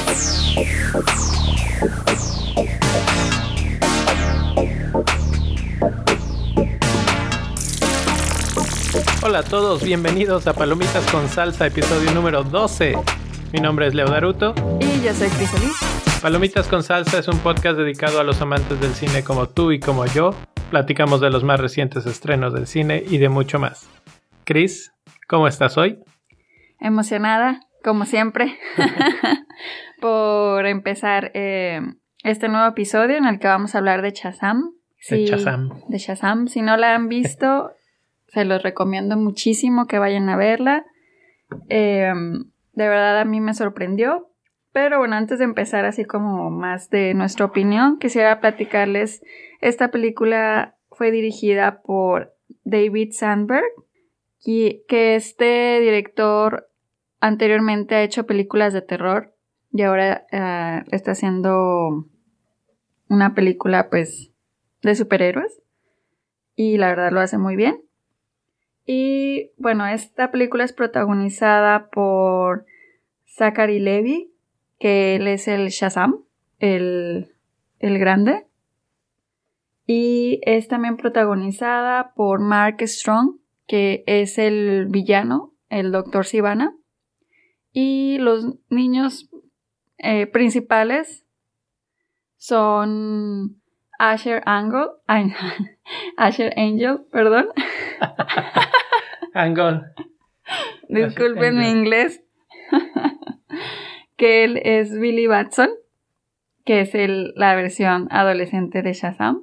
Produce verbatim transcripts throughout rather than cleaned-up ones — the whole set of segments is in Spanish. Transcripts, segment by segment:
Hola a todos, bienvenidos a Palomitas con Salsa, episodio número doce. Mi nombre es Leo Daruto. Y yo soy Cris Solís. Palomitas con Salsa es un podcast dedicado a los amantes del cine como tú y como yo. Platicamos de los más recientes estrenos del cine y de mucho más. Cris, ¿cómo estás hoy? Emocionada, como siempre, por empezar eh, este nuevo episodio en el que vamos a hablar de Shazam. De Si, Shazam. De Shazam. Si no la han visto, se los recomiendo muchísimo que vayan a verla. Eh, de verdad a mí me sorprendió. Pero bueno, antes de empezar así como más de nuestra opinión, quisiera platicarles, esta película fue dirigida por David Sandberg, y que este director anteriormente ha hecho películas de terror y ahora uh, está haciendo una película pues de superhéroes y la verdad lo hace muy bien. Y bueno, esta película es protagonizada por Zachary Levi, que él es el Shazam, el, el grande. Y es también protagonizada por Mark Strong, que es el villano, el doctor Sivana. Y los niños eh, principales son Asher Angel, ay, Asher Angel, perdón. Angel. Disculpen mi inglés. Que él es Billy Batson, que es el, la versión adolescente de Shazam.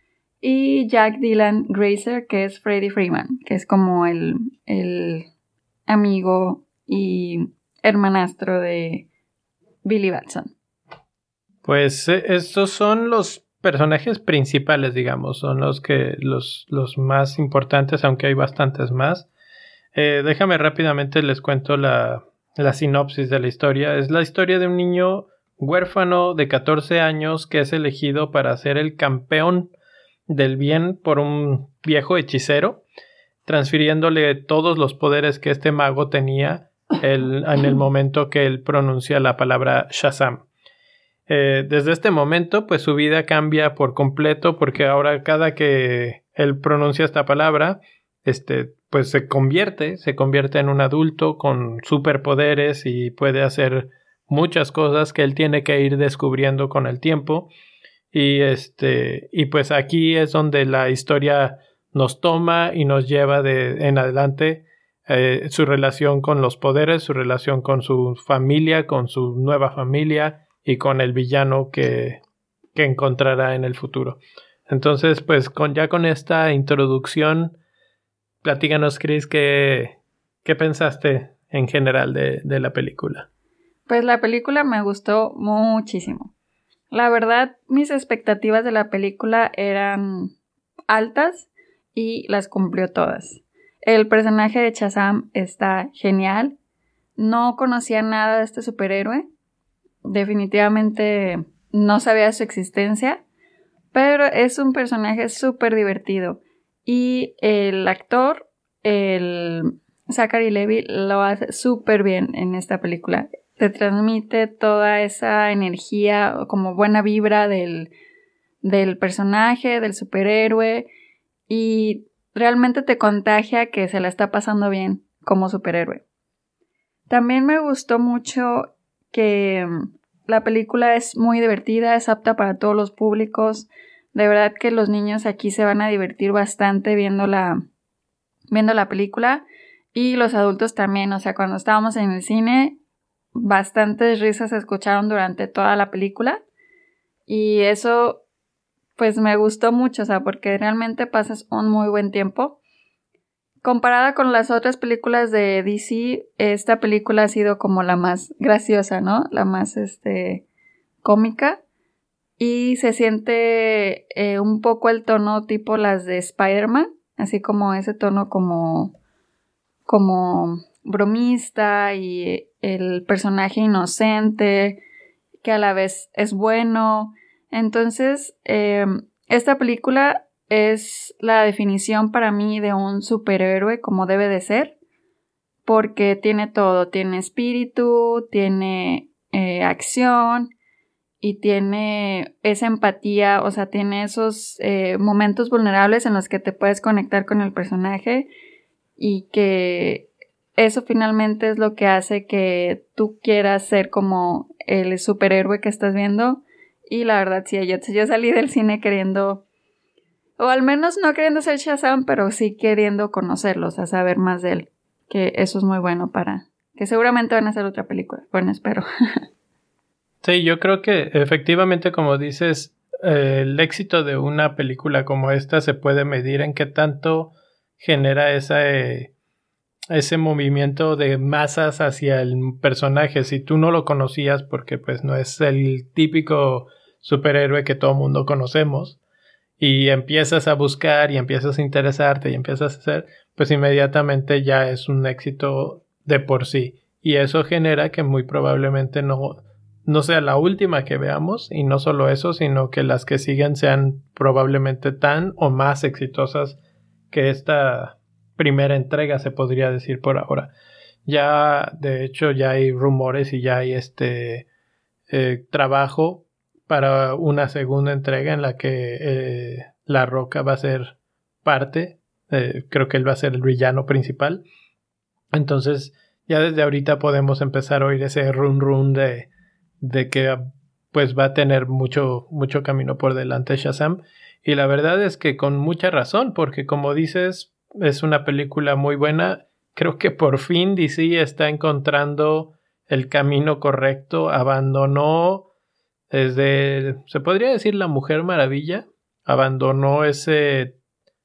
Y Jack Dylan Grazer, que es Freddie Freeman, que es como el, el amigo y hermanastro de Billy Batson. Pues eh, estos son los personajes principales, digamos, son los que los, los más importantes, aunque hay bastantes más. Eh, déjame rápidamente les cuento la, la sinopsis de la historia. Es la historia de un niño huérfano de catorce años que es elegido para ser el campeón del bien por un viejo hechicero, transfiriéndole todos los poderes que este mago tenía el, en el momento que él pronuncia la palabra Shazam. Eh, desde este momento, pues su vida cambia por completo, porque ahora cada que él pronuncia esta palabra, este, pues se convierte, se convierte en un adulto con superpoderes y puede hacer muchas cosas que él tiene que ir descubriendo con el tiempo. Y este, y pues aquí es donde la historia nos toma y nos lleva de en adelante eh, su relación con los poderes, su relación con su familia, con su nueva familia y con el villano que, que encontrará en el futuro. Entonces, pues con, ya con esta introducción, platícanos, Cris, ¿qué, qué pensaste en general de, de la película? Pues la película me gustó muchísimo. La verdad, mis expectativas de la película eran altas y las cumplió todas. El personaje de Shazam está genial. No conocía nada de este superhéroe. Definitivamente no sabía su existencia. Pero es un personaje súper divertido. Y el actor, el Zachary Levi, lo hace súper bien en esta película. Te transmite toda esa energía, como buena vibra del, del personaje, del superhéroe, y realmente te contagia que se la está pasando bien como superhéroe. También me gustó mucho que la película es muy divertida, es apta para todos los públicos. De verdad que los niños aquí se van a divertir bastante viendo la, viendo la película, y los adultos también. O sea, cuando estábamos en el cine, bastantes risas se escucharon durante toda la película y eso pues me gustó mucho, o sea, porque realmente pasas un muy buen tiempo. Comparada con las otras películas de D C, esta película ha sido como la más graciosa, ¿no? La más este cómica, y se siente eh, un poco el tono tipo las de Spider-Man, así como ese tono como como bromista y el personaje inocente que a la vez es bueno. Entonces eh, esta película es la definición para mí de un superhéroe como debe de ser, porque tiene todo, tiene espíritu, tiene eh, acción y tiene esa empatía, o sea, tiene esos eh, momentos vulnerables en los que te puedes conectar con el personaje y que eso finalmente es lo que hace que tú quieras ser como el superhéroe que estás viendo. Y la verdad, sí, yo, yo salí del cine queriendo, o al menos no queriendo ser Shazam, pero sí queriendo conocerlo, o sea, saber más de él. Que eso es muy bueno para... que seguramente van a hacer otra película. Bueno, espero. Sí, yo creo que efectivamente, como dices, eh, el éxito de una película como esta se puede medir en qué tanto genera esa... Eh, ese movimiento de masas hacia el personaje. Si tú no lo conocías porque pues no es el típico superhéroe que todo mundo conocemos y empiezas a buscar y empiezas a interesarte y empiezas a hacer, pues inmediatamente ya es un éxito de por sí y eso genera que muy probablemente no, no sea la última que veamos y no solo eso, sino que las que siguen sean probablemente tan o más exitosas que esta primera entrega, se podría decir por ahora. Ya, de hecho, ya hay rumores y ya hay este eh, trabajo para una segunda entrega en la que eh, La Roca va a ser parte. Eh, creo que él va a ser el villano principal. Entonces, ya desde ahorita podemos empezar a oír ese run run de, de que pues va a tener mucho, mucho camino por delante Shazam. Y la verdad es que con mucha razón, porque como dices, es una película muy buena. Creo que por fin D C está encontrando el camino correcto. Abandonó desde, se podría decir, la Mujer Maravilla. Abandonó ese,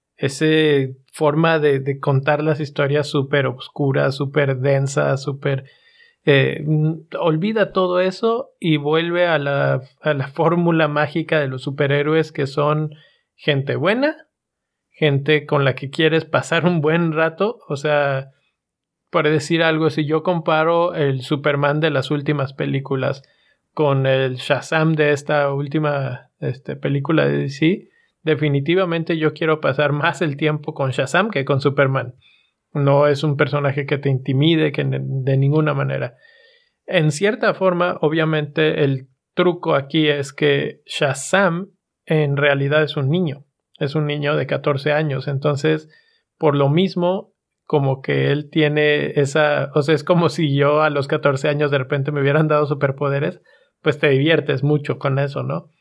ese forma de, de contar las historias súper oscuras, súper densas, súper... Eh, olvida todo eso y vuelve a la, a la fórmula mágica de los superhéroes que son gente buena, gente con la que quieres pasar un buen rato. O sea, por decir algo, si yo comparo el Superman de las últimas películas con el Shazam de esta última este, película de D C, definitivamente yo quiero pasar más el tiempo con Shazam que con Superman. No es un personaje que te intimide, que de ninguna manera. En cierta forma, obviamente, el truco aquí es que Shazam en realidad es un niño. Es un niño de catorce años. Entonces, por lo mismo, como que él tiene esa... O sea, es como si yo a los catorce años de repente me hubieran dado superpoderes. Pues te diviertes mucho con eso, ¿no?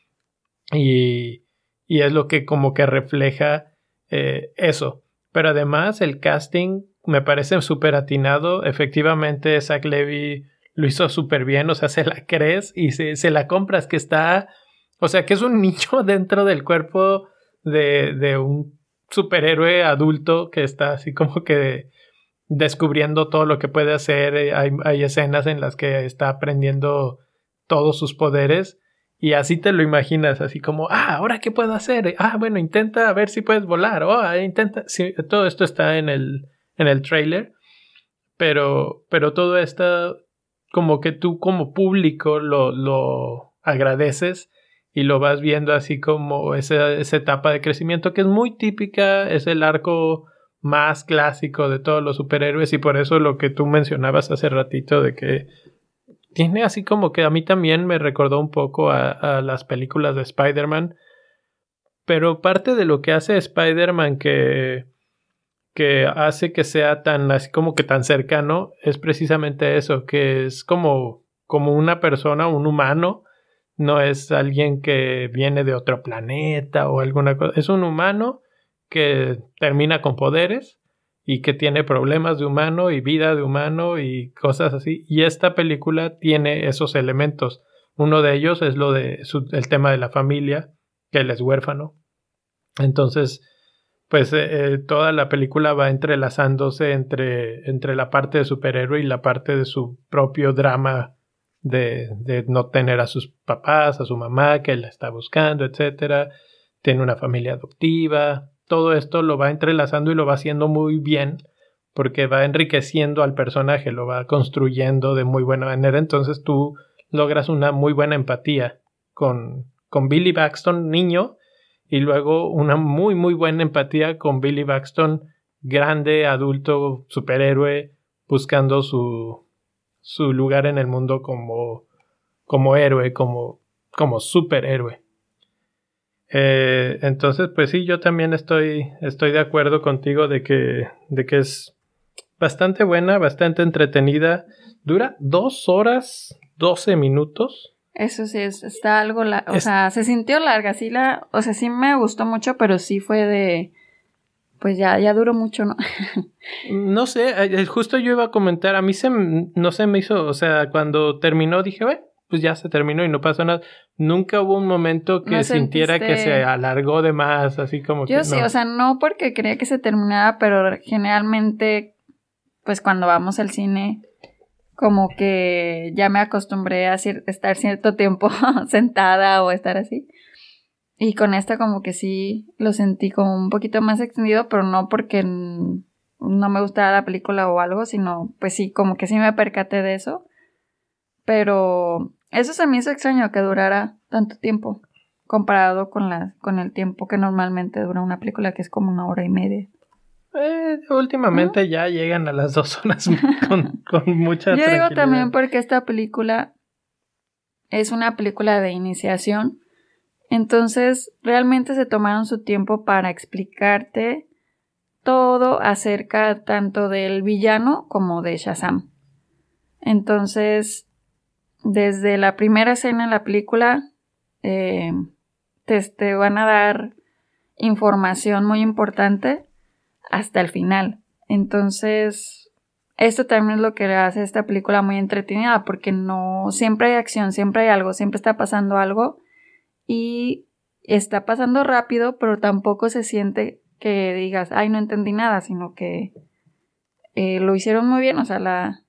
Y, y es lo que como que refleja eh, eso. Pero además el casting me parece súper atinado. Efectivamente, Zach Levy lo hizo súper bien. O sea, se la crees y se, se la compras que está... O sea, que es un niño dentro del cuerpo de, de un superhéroe adulto que está así como que descubriendo todo lo que puede hacer. Hay, hay escenas en las que está aprendiendo todos sus poderes. Y así te lo imaginas, así como, ah, ¿ahora qué puedo hacer? Ah, bueno, intenta a ver si puedes volar. Oh, intenta... Sí, todo esto está en el, en el trailer. Pero, pero todo esto, como que tú como público lo, lo agradeces y lo vas viendo así como esa, esa etapa de crecimiento que es muy típica, es el arco más clásico de todos los superhéroes y por eso lo que tú mencionabas hace ratito de que tiene así como que a mí también me recordó un poco a, a las películas de Spider-Man. Pero parte de lo que hace Spider-Man que, que hace que sea tan así como que tan cercano es precisamente eso, que es como, como una persona, un humano. No es alguien que viene de otro planeta o alguna cosa. Es un humano que termina con poderes y que tiene problemas de humano y vida de humano y cosas así. Y esta película tiene esos elementos. Uno de ellos es lo de su, el tema de la familia, que él es huérfano. Entonces, pues eh, toda la película va entrelazándose entre, entre la parte de superhéroe y la parte de su propio drama de, de no tener a sus papás, a su mamá, que él la está buscando, etcétera. Tiene una familia adoptiva. Todo esto lo va entrelazando y lo va haciendo muy bien porque va enriqueciendo al personaje, lo va construyendo de muy buena manera. Entonces tú logras una muy buena empatía con, con Billy Baxton, niño, y luego una muy muy buena empatía con Billy Baxton, grande, adulto, superhéroe, buscando su, su lugar en el mundo como, como héroe, como, como superhéroe. Eh, entonces, pues sí, yo también estoy, estoy de acuerdo contigo de que, de que es bastante buena, bastante entretenida. Dura dos horas, doce minutos. Eso sí, es, está algo, la, o Es- sea, se sintió larga, sí la, o sea, sí me gustó mucho, pero sí fue de, pues ya, ya duró mucho, ¿no? No sé, eh, justo yo iba a comentar, a mí se, m- no se me hizo, o sea, cuando terminó dije, bueno, pues ya se terminó y no pasó nada. Nunca hubo un momento que ¿No sintiera que se sentiste? alargó de más, así como Yo que sí, no. o sea, no porque quería que se terminara, pero generalmente, pues cuando vamos al cine, como que ya me acostumbré a cier- estar cierto tiempo sentada o estar así. Y con esta como que sí lo sentí como un poquito más extendido, pero no porque n- no me gustara la película o algo, sino pues sí, como que sí me percaté de eso. Pero eso se me hizo extraño que durara tanto tiempo comparado con la, con el tiempo que normalmente dura una película, que es como una hora y media. Eh, últimamente ya llegan a las dos horas con, con mucha Yo digo tranquilidad. también porque esta película es una película de iniciación, entonces realmente se tomaron su tiempo para explicarte todo acerca tanto del villano como de Shazam. Entonces, desde la primera escena en la película, eh, te, te van a dar información muy importante hasta el final. Entonces, esto también es lo que hace esta película muy entretenida, porque no siempre hay acción, siempre hay algo, siempre está pasando algo y está pasando rápido, pero tampoco se siente que digas, ay, no entendí nada, sino que eh, lo hicieron muy bien, o sea, la,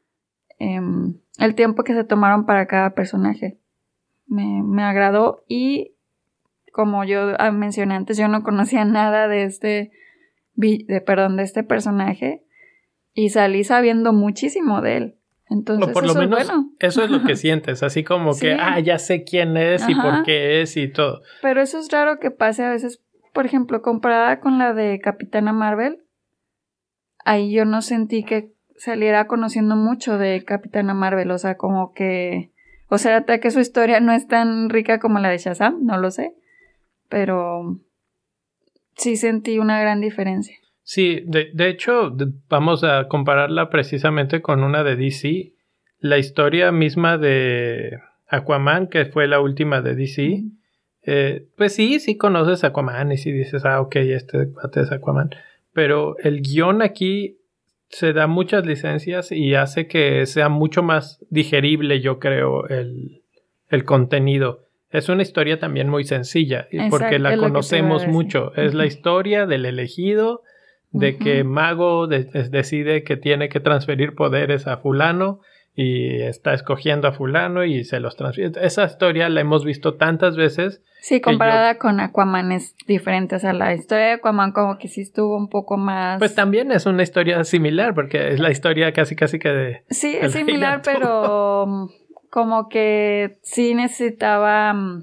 em, el tiempo que se tomaron para cada personaje me, me agradó. Y como yo ah, mencioné antes, yo no conocía nada de este, vi- de, perdón, de este personaje y salí sabiendo muchísimo de él. O Entonces, por lo eso menos es bueno. eso es lo que sientes, así como Sí. que, ah, ya sé quién es y Ajá. por qué es y todo. Pero eso es raro que pase a veces, por ejemplo, comparada con la de Capitana Marvel, ahí yo no sentí que saliera conociendo mucho de Capitana Marvel, o sea, como que, o sea, que su historia no es tan rica como la de Shazam, no lo sé, pero sí sentí una gran diferencia. Sí, de, de hecho, de- vamos a compararla precisamente con una de D C. La historia misma de Aquaman, que fue la última de D C, Ujú. eh, pues sí, sí conoces a Aquaman y sí dices, ah, ok, este cuate es Aquaman. Pero el guión aquí se da muchas licencias y hace que sea mucho más digerible, yo creo, el, el contenido. Es una historia también muy sencilla, y porque Exacto, la es lo que te iba a conocemos decir. mucho. Es la Ujú. historia del elegido, de Ujú. que Mago de- de- decide que tiene que transferir poderes a fulano y está escogiendo a fulano y se los transfiere. Esa historia la hemos visto tantas veces. Sí, que yo- comparada con Aquaman es diferente, o sea, la historia de Aquaman como que sí estuvo un poco más... Pues también es una historia similar, porque es la historia casi casi que de... Sí, del es Rey similar, Arturo. pero mm, como que sí necesitaba mm,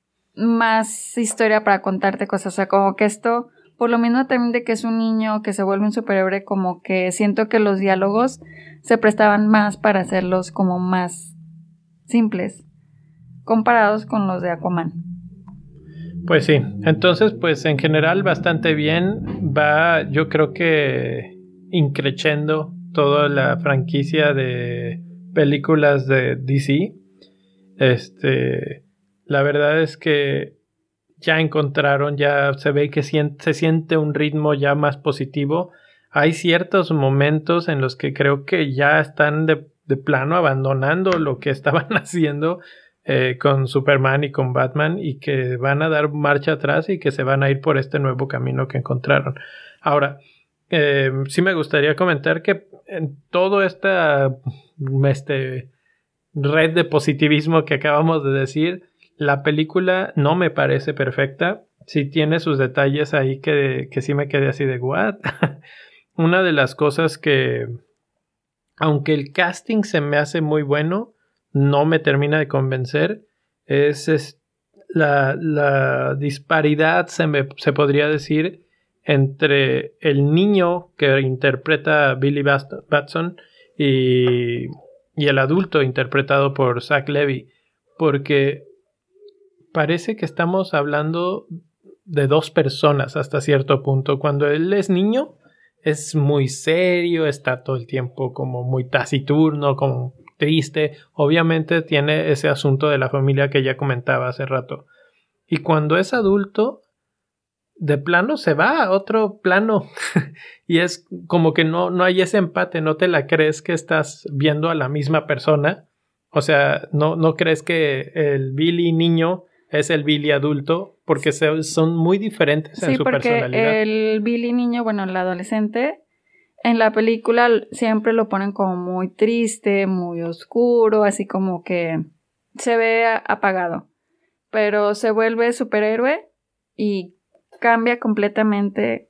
más historia para contarte cosas. O sea, como que esto, por lo mismo también de que es un niño que se vuelve un superhéroe, como que siento que los diálogos se prestaban más para hacerlos como más simples, comparados con los de Aquaman. Pues sí, entonces pues en general bastante bien. Va, yo creo que increciendo toda la franquicia de películas de D C. Este, la verdad es que ya encontraron, ya se ve que siente, se siente un ritmo ya más positivo. Hay ciertos momentos en los que creo que ya están de, de plano abandonando lo que estaban haciendo eh, con Superman y con Batman, y que van a dar marcha atrás y que se van a ir por este nuevo camino que encontraron. Ahora, eh, sí me gustaría comentar que en toda esta este, red de positivismo que acabamos de decir, la película no me parece perfecta. Sí tiene sus detalles ahí que, que sí me quedé así de what. Una de las cosas que, aunque el casting se me hace muy bueno, no me termina de convencer, es, es la, la disparidad, se, me, se podría decir, entre el niño que interpreta Billy Batson y, y el adulto interpretado por Zach Levy. porque parece que estamos hablando de dos personas hasta cierto punto. Cuando él es niño, es muy serio, está todo el tiempo como muy taciturno, como triste. Obviamente tiene ese asunto de la familia que ya comentaba hace rato. Y cuando es adulto, de plano se va a otro plano. Y es como que no, no hay ese empate, no te la crees que estás viendo a la misma persona. O sea, no, no crees que el Billy niño es el Billy adulto, porque se, son muy diferentes en sí, su porque personalidad. El Billy niño, bueno, el adolescente, en la película siempre lo ponen como muy triste, muy oscuro, así como que se ve apagado. Pero se vuelve superhéroe y cambia completamente.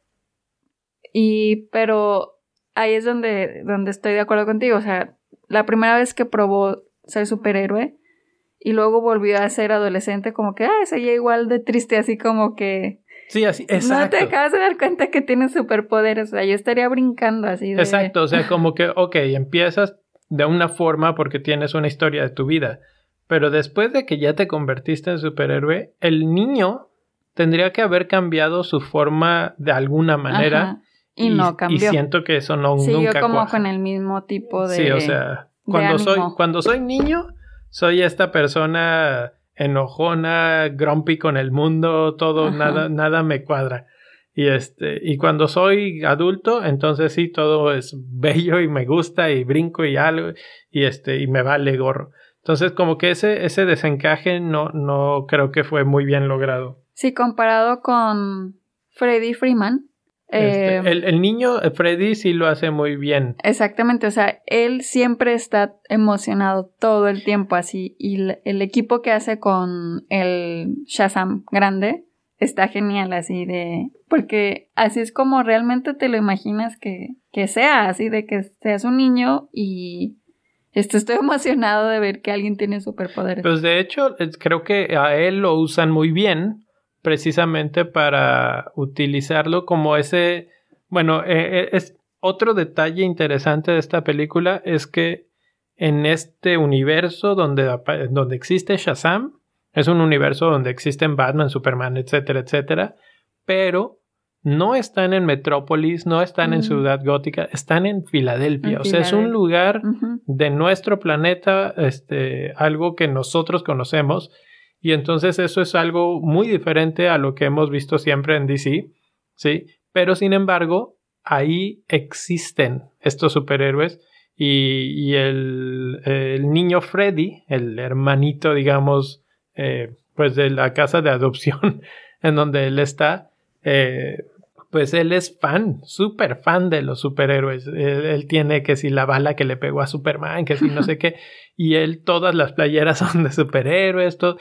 Y, pero ahí es donde, donde estoy de acuerdo contigo. O sea, la primera vez que probó ser superhéroe y luego volvió a ser adolescente, como que, ah, seguía igual de triste, así como que... Sí, así, exacto. No te acabas de dar cuenta que tienes superpoderes. O sea, yo estaría brincando así de... Exacto, o sea, como que, ok, empiezas de una forma porque tienes una historia de tu vida, pero después de que ya te convertiste en superhéroe, el niño tendría que haber cambiado su forma de alguna manera. Ajá. Y, y no cambió. Y siento que eso no, Siguió nunca como cuaja. con el mismo tipo de... Sí, o sea, cuando soy, cuando soy niño, soy esta persona enojona, grumpy con el mundo, todo, Ajá. nada, nada me cuadra. Y este, y cuando soy adulto, entonces sí, todo es bello y me gusta y brinco y algo, y este, y me vale gorro. Entonces, como que ese, ese desencaje no, no creo que fue muy bien logrado. Sí, comparado con Freddie Freeman. Este, eh, el, el niño Freddy sí lo hace muy bien. Exactamente, o sea, él siempre está emocionado todo el tiempo así, y el, el equipo que hace con el Shazam grande está genial así de... Porque así es como realmente te lo imaginas que, que sea, así de que seas un niño y este, estoy emocionado de ver que alguien tiene superpoderes. Pues de hecho, creo que a él lo usan muy bien, precisamente para utilizarlo como ese... Bueno, eh, es otro detalle interesante de esta película es que en este universo donde, donde existe Shazam, es un universo donde existen Batman, Superman, etcétera, etcétera, pero no están en Metrópolis, no están mm. en Ciudad Gótica, están en Filadelfia. En o sea, Filadelfia. Es un lugar uh-huh. de nuestro planeta, este, algo que nosotros conocemos, y entonces eso es algo muy diferente a lo que hemos visto siempre en D C, ¿sí? Pero sin embargo, ahí existen estos superhéroes, y, y el, el niño Freddy, el hermanito, digamos, eh, pues de la casa de adopción en donde él está, eh, pues él es fan, súper fan de los superhéroes. Él, él tiene que si la bala que le pegó a Superman, que si no sé qué, y él todas las playeras son de superhéroes, todo,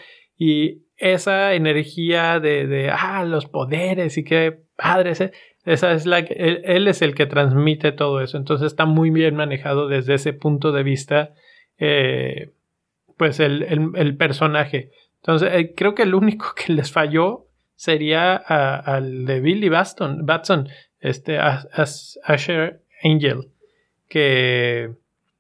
y esa energía de, de ah, los poderes y qué padres, ¿eh? Esa es la que, él, él es el que transmite todo eso, entonces está muy bien manejado desde ese punto de vista, eh, pues el, el, el personaje. Entonces eh, creo que el único que les falló sería al de Billy Batson, Batson este, as, as, Asher Angel, que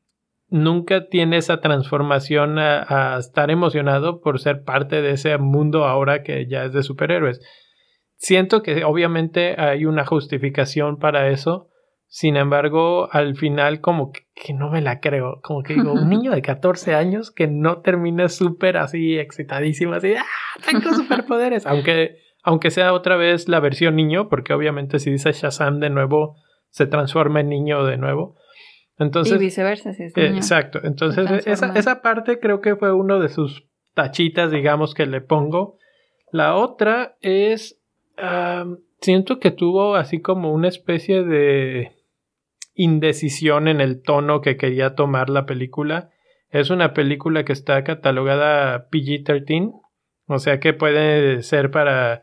nunca tiene esa transformación a, a estar emocionado por ser parte de ese mundo ahora que ya es de superhéroes. Siento que obviamente hay una justificación para eso, sin embargo, al final como que, que no me la creo, como que digo, un niño de catorce años que no termine súper así excitadísimo, así, ¡ah, tengo superpoderes! Aunque, aunque sea otra vez la versión niño, porque obviamente si dice Shazam de nuevo, se transforma en niño de nuevo. Entonces, y viceversa, si es niño. Eh, exacto, entonces esa, esa parte creo que fue uno de sus tachitas, digamos, que le pongo. La otra es... Um, siento que tuvo así como una especie de indecisión en el tono que quería tomar la película. Es una película que está catalogada P G trece, o sea que puede ser para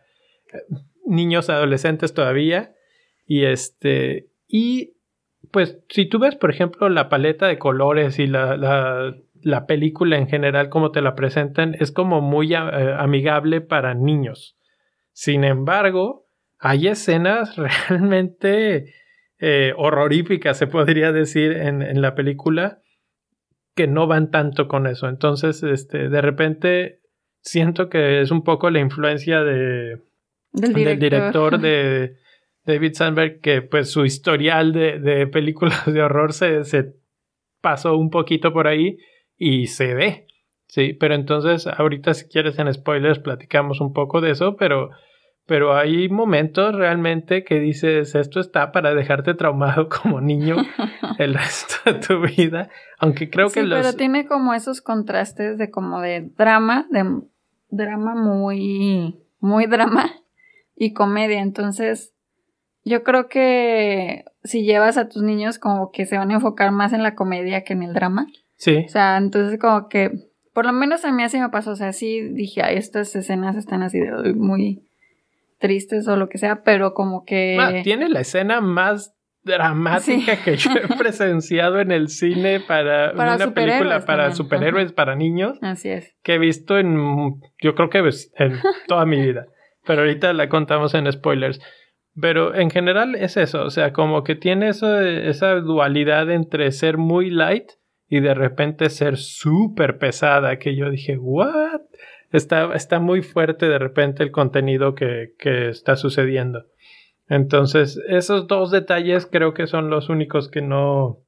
niños adolescentes todavía. Y este y pues si tú ves, por ejemplo, la paleta de colores y la, la, la película en general, como te la presentan, es como muy uh, amigable para niños. Sin embargo, hay escenas realmente eh, horroríficas, se podría decir, en, en la película, que no van tanto con eso. Entonces, este, de repente siento que es un poco la influencia de, del director, del director de David Sandberg, que pues su historial de, de películas de horror se, se pasó un poquito por ahí y se ve. Sí, pero entonces ahorita si quieres en spoilers platicamos un poco de eso, pero, pero hay momentos realmente que dices, esto está para dejarte traumado como niño el resto de tu vida, aunque creo sí, que los... pero tiene como esos contrastes de como de drama, de drama muy, muy drama y comedia, entonces yo creo que si llevas a tus niños como que se van a enfocar más en la comedia que en el drama. Sí. O sea, entonces como que, por lo menos a mí así me pasó, o sea, sí dije, ay, estas escenas están así de muy tristes o lo que sea, pero como que... Ah, tiene la escena más dramática sí. que yo he presenciado en el cine para, para una película para también. superhéroes, Ajá. para niños. Así es. Que he visto en, yo creo que en toda mi vida. Pero ahorita la contamos en spoilers. Pero en general es eso, o sea, como que tiene eso, esa dualidad entre ser muy light y de repente ser súper pesada, que yo dije, ¿what? Está, está muy fuerte de repente el contenido que, que está sucediendo. Entonces, esos dos detalles creo que son los únicos que no,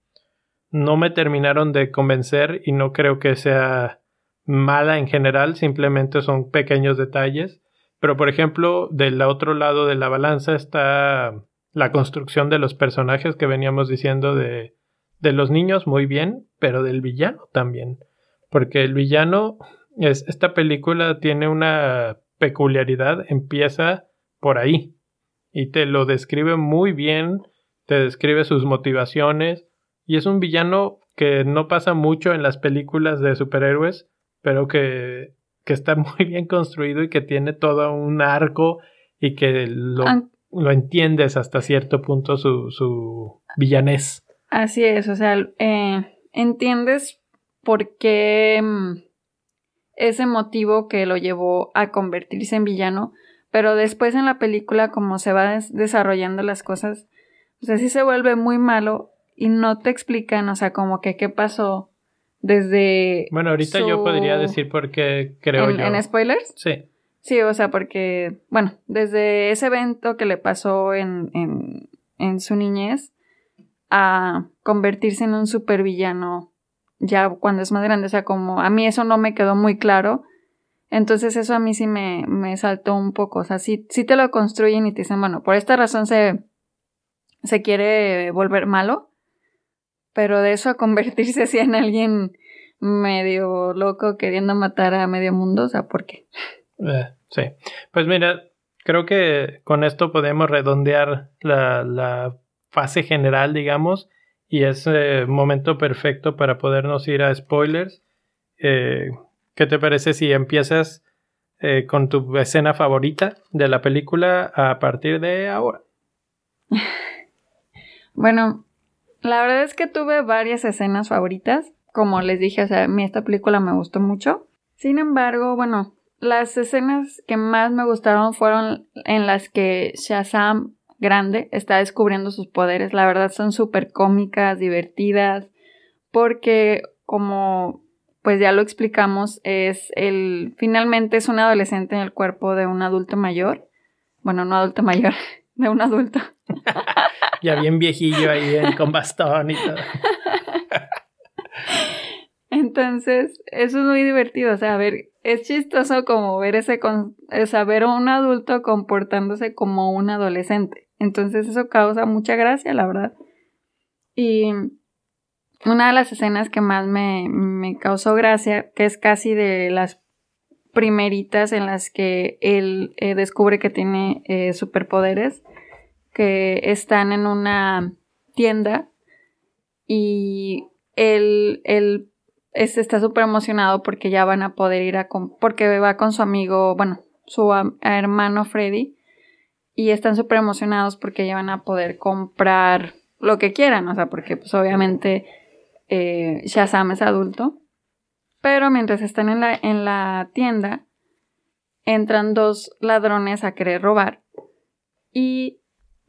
no me terminaron de convencer y no creo que sea mala en general, simplemente son pequeños detalles. Pero, por ejemplo, del otro lado de la balanza está la construcción de los personajes que veníamos diciendo de, de los niños, muy bien, pero del villano también. Porque el villano, es, esta película tiene una peculiaridad, empieza por ahí. Y te lo describe muy bien, te describe sus motivaciones. Y es un villano que no pasa mucho en las películas de superhéroes, pero que... que está muy bien construido y que tiene todo un arco y que lo, An- lo entiendes hasta cierto punto su, su villanés. Así es, o sea, eh, entiendes por qué mm, ese motivo que lo llevó a convertirse en villano, pero después en la película como se van des- desarrollando las cosas, o sea, sí se vuelve muy malo y no te explican, o sea, como que qué pasó. Desde bueno, ahorita su... yo podría decir por qué creo ¿En, yo. ¿En spoilers? Sí. Sí, o sea, porque, bueno, desde ese evento que le pasó en, en, en su niñez a convertirse en un supervillano ya cuando es más grande, o sea, como a mí eso no me quedó muy claro, entonces eso a mí sí me, me saltó un poco, o sea, sí, sí te lo construyen y te dicen, bueno, por esta razón se, se quiere volver malo, pero de eso a convertirse así en alguien medio loco queriendo matar a medio mundo, o sea, ¿por qué? Eh, sí. Pues mira, creo que con esto podemos redondear la, la fase general, digamos, y es eh, momento perfecto para podernos ir a spoilers. Eh, ¿Qué te parece si empiezas eh, con tu escena favorita de la película a partir de ahora? Bueno, la verdad es que tuve varias escenas favoritas. Como les dije, o sea, a mí esta película me gustó mucho. Sin embargo, bueno, las escenas que más me gustaron fueron en las que Shazam grande está descubriendo sus poderes. La verdad son súper cómicas, divertidas, porque como pues ya lo explicamos, es el finalmente es un adolescente en el cuerpo de un adulto mayor. Bueno, no adulto mayor, de un adulto. Ya bien viejillo ahí en, con bastón y todo. Entonces, eso es muy divertido, o sea, a ver, es chistoso como ver ese, con, o sea, ver a un adulto comportándose como un adolescente. Entonces, eso causa mucha gracia, la verdad. Y una de las escenas que más me, me causó gracia, que es casi de las primeritas en las que él eh, descubre que tiene eh, superpoderes, que están en una tienda y él, él este, está súper emocionado porque ya van a poder ir a... Com- porque va con su amigo, bueno, su a- hermano Freddy, y están súper emocionados porque ya van a poder comprar lo que quieran, o sea, porque pues obviamente eh, Shazam es adulto, pero mientras están en la, en la tienda, entran dos ladrones a querer robar y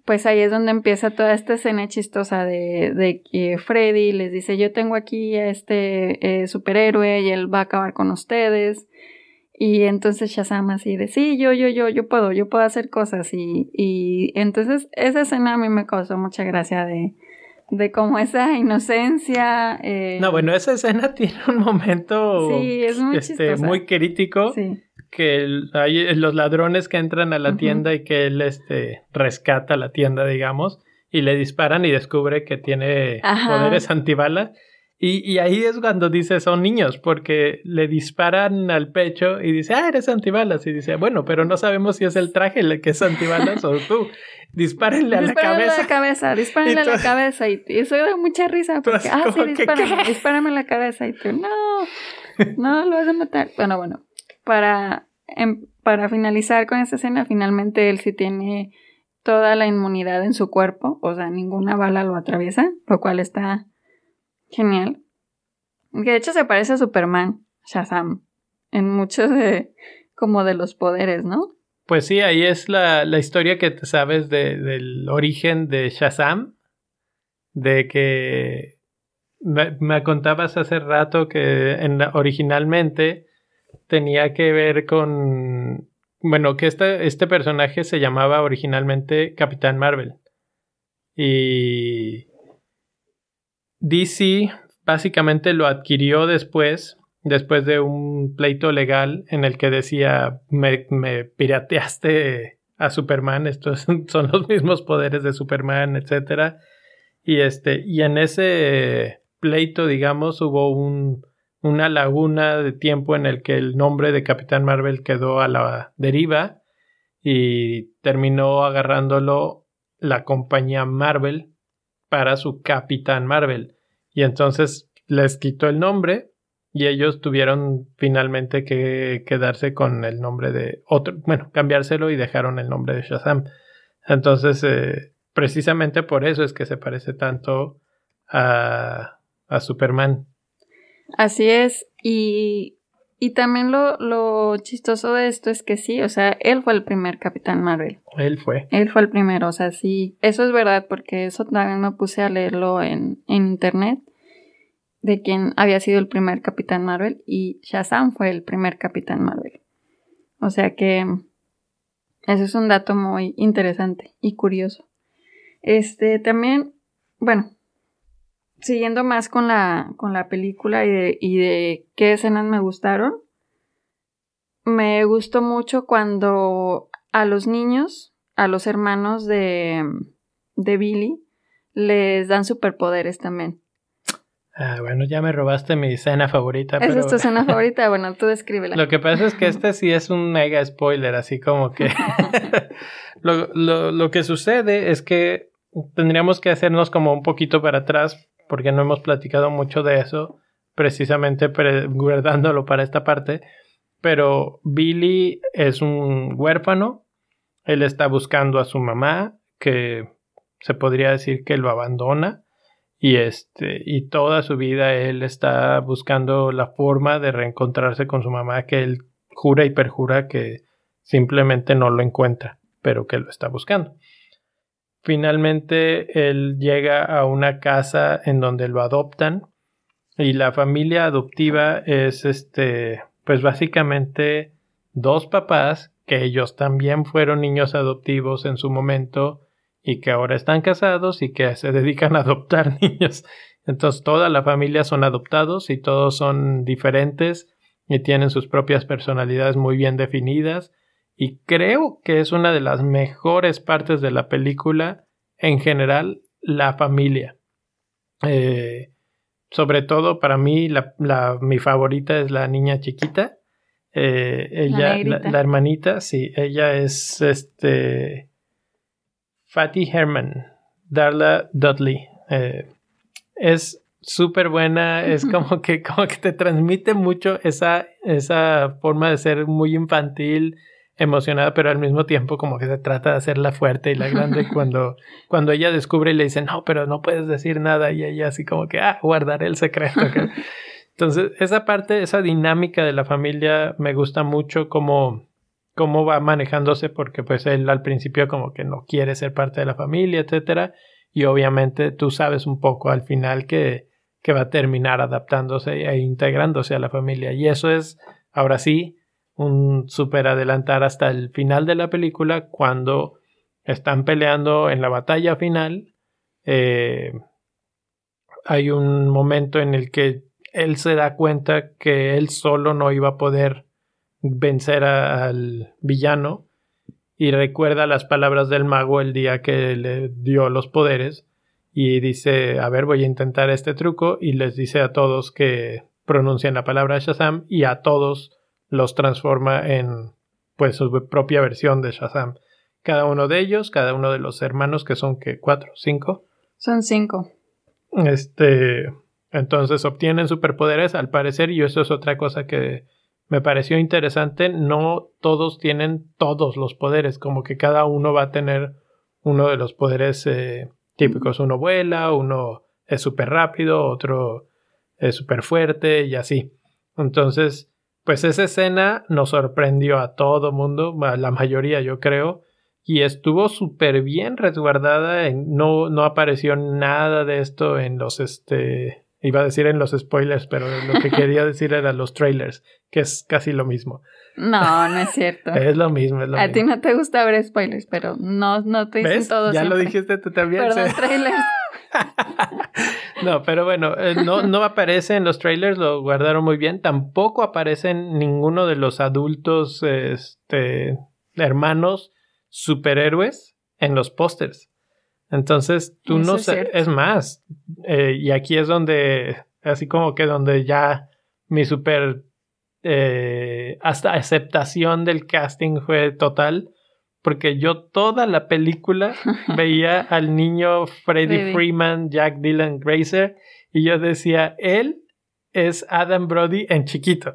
pues ahí es donde empieza toda esta escena chistosa de, de que Freddy les dice, yo tengo aquí a este eh, superhéroe y él va a acabar con ustedes. Y entonces Shazam así de, sí, yo, yo, yo, yo puedo, yo puedo hacer cosas. Y, y entonces esa escena a mí me causó mucha gracia de, de como esa inocencia. Eh... No, bueno, esa escena tiene un momento sí, es muy, este, muy crítico. Sí. Que el, hay los ladrones que entran a la uh-huh. tienda y que él este, rescata la tienda, digamos, y le disparan y descubre que tiene Ajá. poderes antibalas. Y, y ahí es cuando dice, son niños, porque le disparan al pecho y dice, ah, eres antibalas. Y dice, bueno, pero no sabemos si es el traje el que es antibalas o tú. Dispárenle a la cabeza. Dispárenle a la cabeza, dispárenle a la cabeza. Y, y eso da mucha risa, porque, ah, sí, dispárame, dispárame a la cabeza. Y tú, no, no, lo vas a matar. Bueno, bueno, para, em, para finalizar con esta escena, finalmente él sí tiene toda la inmunidad en su cuerpo, o sea, ninguna bala lo atraviesa, lo cual está... genial. Que de hecho se parece a Superman, Shazam, en muchos de, como de los poderes, ¿no? Pues sí, ahí es la, la historia que te sabes de, del origen de Shazam, de que me, me contabas hace rato que en la, originalmente tenía que ver con, bueno, que este, este personaje se llamaba originalmente Capitán Marvel. Y D C básicamente lo adquirió después, después de un pleito legal en el que decía, me, me pirateaste a Superman, estos son los mismos poderes de Superman, etcétera. Y este, y en ese pleito, digamos, hubo un, una laguna de tiempo en el que el nombre de Capitán Marvel quedó a la deriva y terminó agarrándolo la compañía Marvel para su Capitán Marvel. Y entonces les quitó el nombre y ellos tuvieron finalmente que quedarse con el nombre de otro, bueno, cambiárselo y dejaron el nombre de Shazam. Entonces, eh, precisamente por eso es que se parece tanto a, a Superman. Así es, y, y también lo, lo chistoso de esto es que sí, o sea, él fue el primer Capitán Marvel. Él fue. Él fue el primero, o sea, sí, eso es verdad, porque eso también me puse a leerlo en, en internet, de quién había sido el primer Capitán Marvel, y Shazam fue el primer Capitán Marvel. O sea que eso es un dato muy interesante y curioso. Este, también, bueno, siguiendo más con la, con la película y de, y de qué escenas me gustaron, me gustó mucho cuando a los niños, a los hermanos de, de Billy, les dan superpoderes también. Ah, bueno, ya me robaste mi escena favorita. ¿Esa pero... es tu escena favorita? Bueno, tú descríbela. Lo que pasa es que este sí es un mega spoiler, así como que... lo, lo, lo que sucede es que tendríamos que hacernos como un poquito para atrás, porque no hemos platicado mucho de eso, precisamente pre- guardándolo para esta parte. Pero Billy es un huérfano, él está buscando a su mamá, que se podría decir que lo abandona. Y este, y toda su vida él está buscando la forma de reencontrarse con su mamá, que él jura y perjura que simplemente no lo encuentra, pero que lo está buscando. Finalmente él llega a una casa en donde lo adoptan y la familia adoptiva es este, pues básicamente dos papás que ellos también fueron niños adoptivos en su momento y que ahora están casados y que se dedican a adoptar niños. Entonces toda la familia son adoptados y todos son diferentes y tienen sus propias personalidades muy bien definidas. Y creo que es una de las mejores partes de la película, en general, la familia. Eh, sobre todo para mí, la, la, mi favorita es la niña chiquita. Eh, ella, la, la, la hermanita, sí, ella es este... Fatty Herman, Darla Dudley. Eh, es súper buena, es como que, como que te transmite mucho esa, esa forma de ser muy infantil, emocionada, pero al mismo tiempo como que se trata de hacerla fuerte y la grande cuando, cuando ella descubre y le dice, no, pero no puedes decir nada, y ella así como que, ah, guardaré el secreto. ¿Okay? Entonces, esa parte, esa dinámica de la familia me gusta mucho como... cómo va manejándose, porque pues él al principio como que no quiere ser parte de la familia, etcétera, y obviamente tú sabes un poco al final que, que va a terminar adaptándose e integrándose a la familia, y eso es, ahora sí, un súper adelantar hasta el final de la película, cuando están peleando en la batalla final. eh, hay un momento en el que él se da cuenta que él solo no iba a poder vencer a, al villano, y recuerda las palabras del mago el día que le dio los poderes, y dice, a ver, voy a intentar este truco, y les dice a todos que pronuncien la palabra Shazam, y a todos los transforma en pues su propia versión de Shazam. Cada uno de ellos, cada uno de los hermanos, que son que cuatro, cinco. Son cinco. Este, entonces obtienen superpoderes al parecer, y eso es otra cosa que me pareció interesante. No todos tienen todos los poderes, como que cada uno va a tener uno de los poderes eh, típicos. Uno vuela, uno es súper rápido, otro es súper fuerte y así. Entonces, pues esa escena nos sorprendió a todo mundo, a la mayoría yo creo, y estuvo súper bien resguardada. En, no, no apareció nada de esto en los, este, iba a decir en los spoilers, pero lo que quería decir era los trailers, que es casi lo mismo. No, no es cierto. Es lo mismo, es lo a mismo. ti no te gusta ver spoilers, pero no, no te dicen ¿Ves? todo Ya siempre. lo dijiste tú también. Perdón, ¿sí? trailers. No, pero bueno, eh, no, no aparece en los trailers, lo guardaron muy bien. Tampoco aparecen ninguno de los adultos, este, hermanos superhéroes en los pósters. Entonces, tú Eso no es sabes. cierto. Es más, eh, y aquí es donde, así como que donde ya mi super eh, hasta aceptación del casting fue total. Porque yo toda la película veía al niño Freddie Freddy. Freeman, Jack Dylan Grazer, y yo decía, él es Adam Brody en chiquito.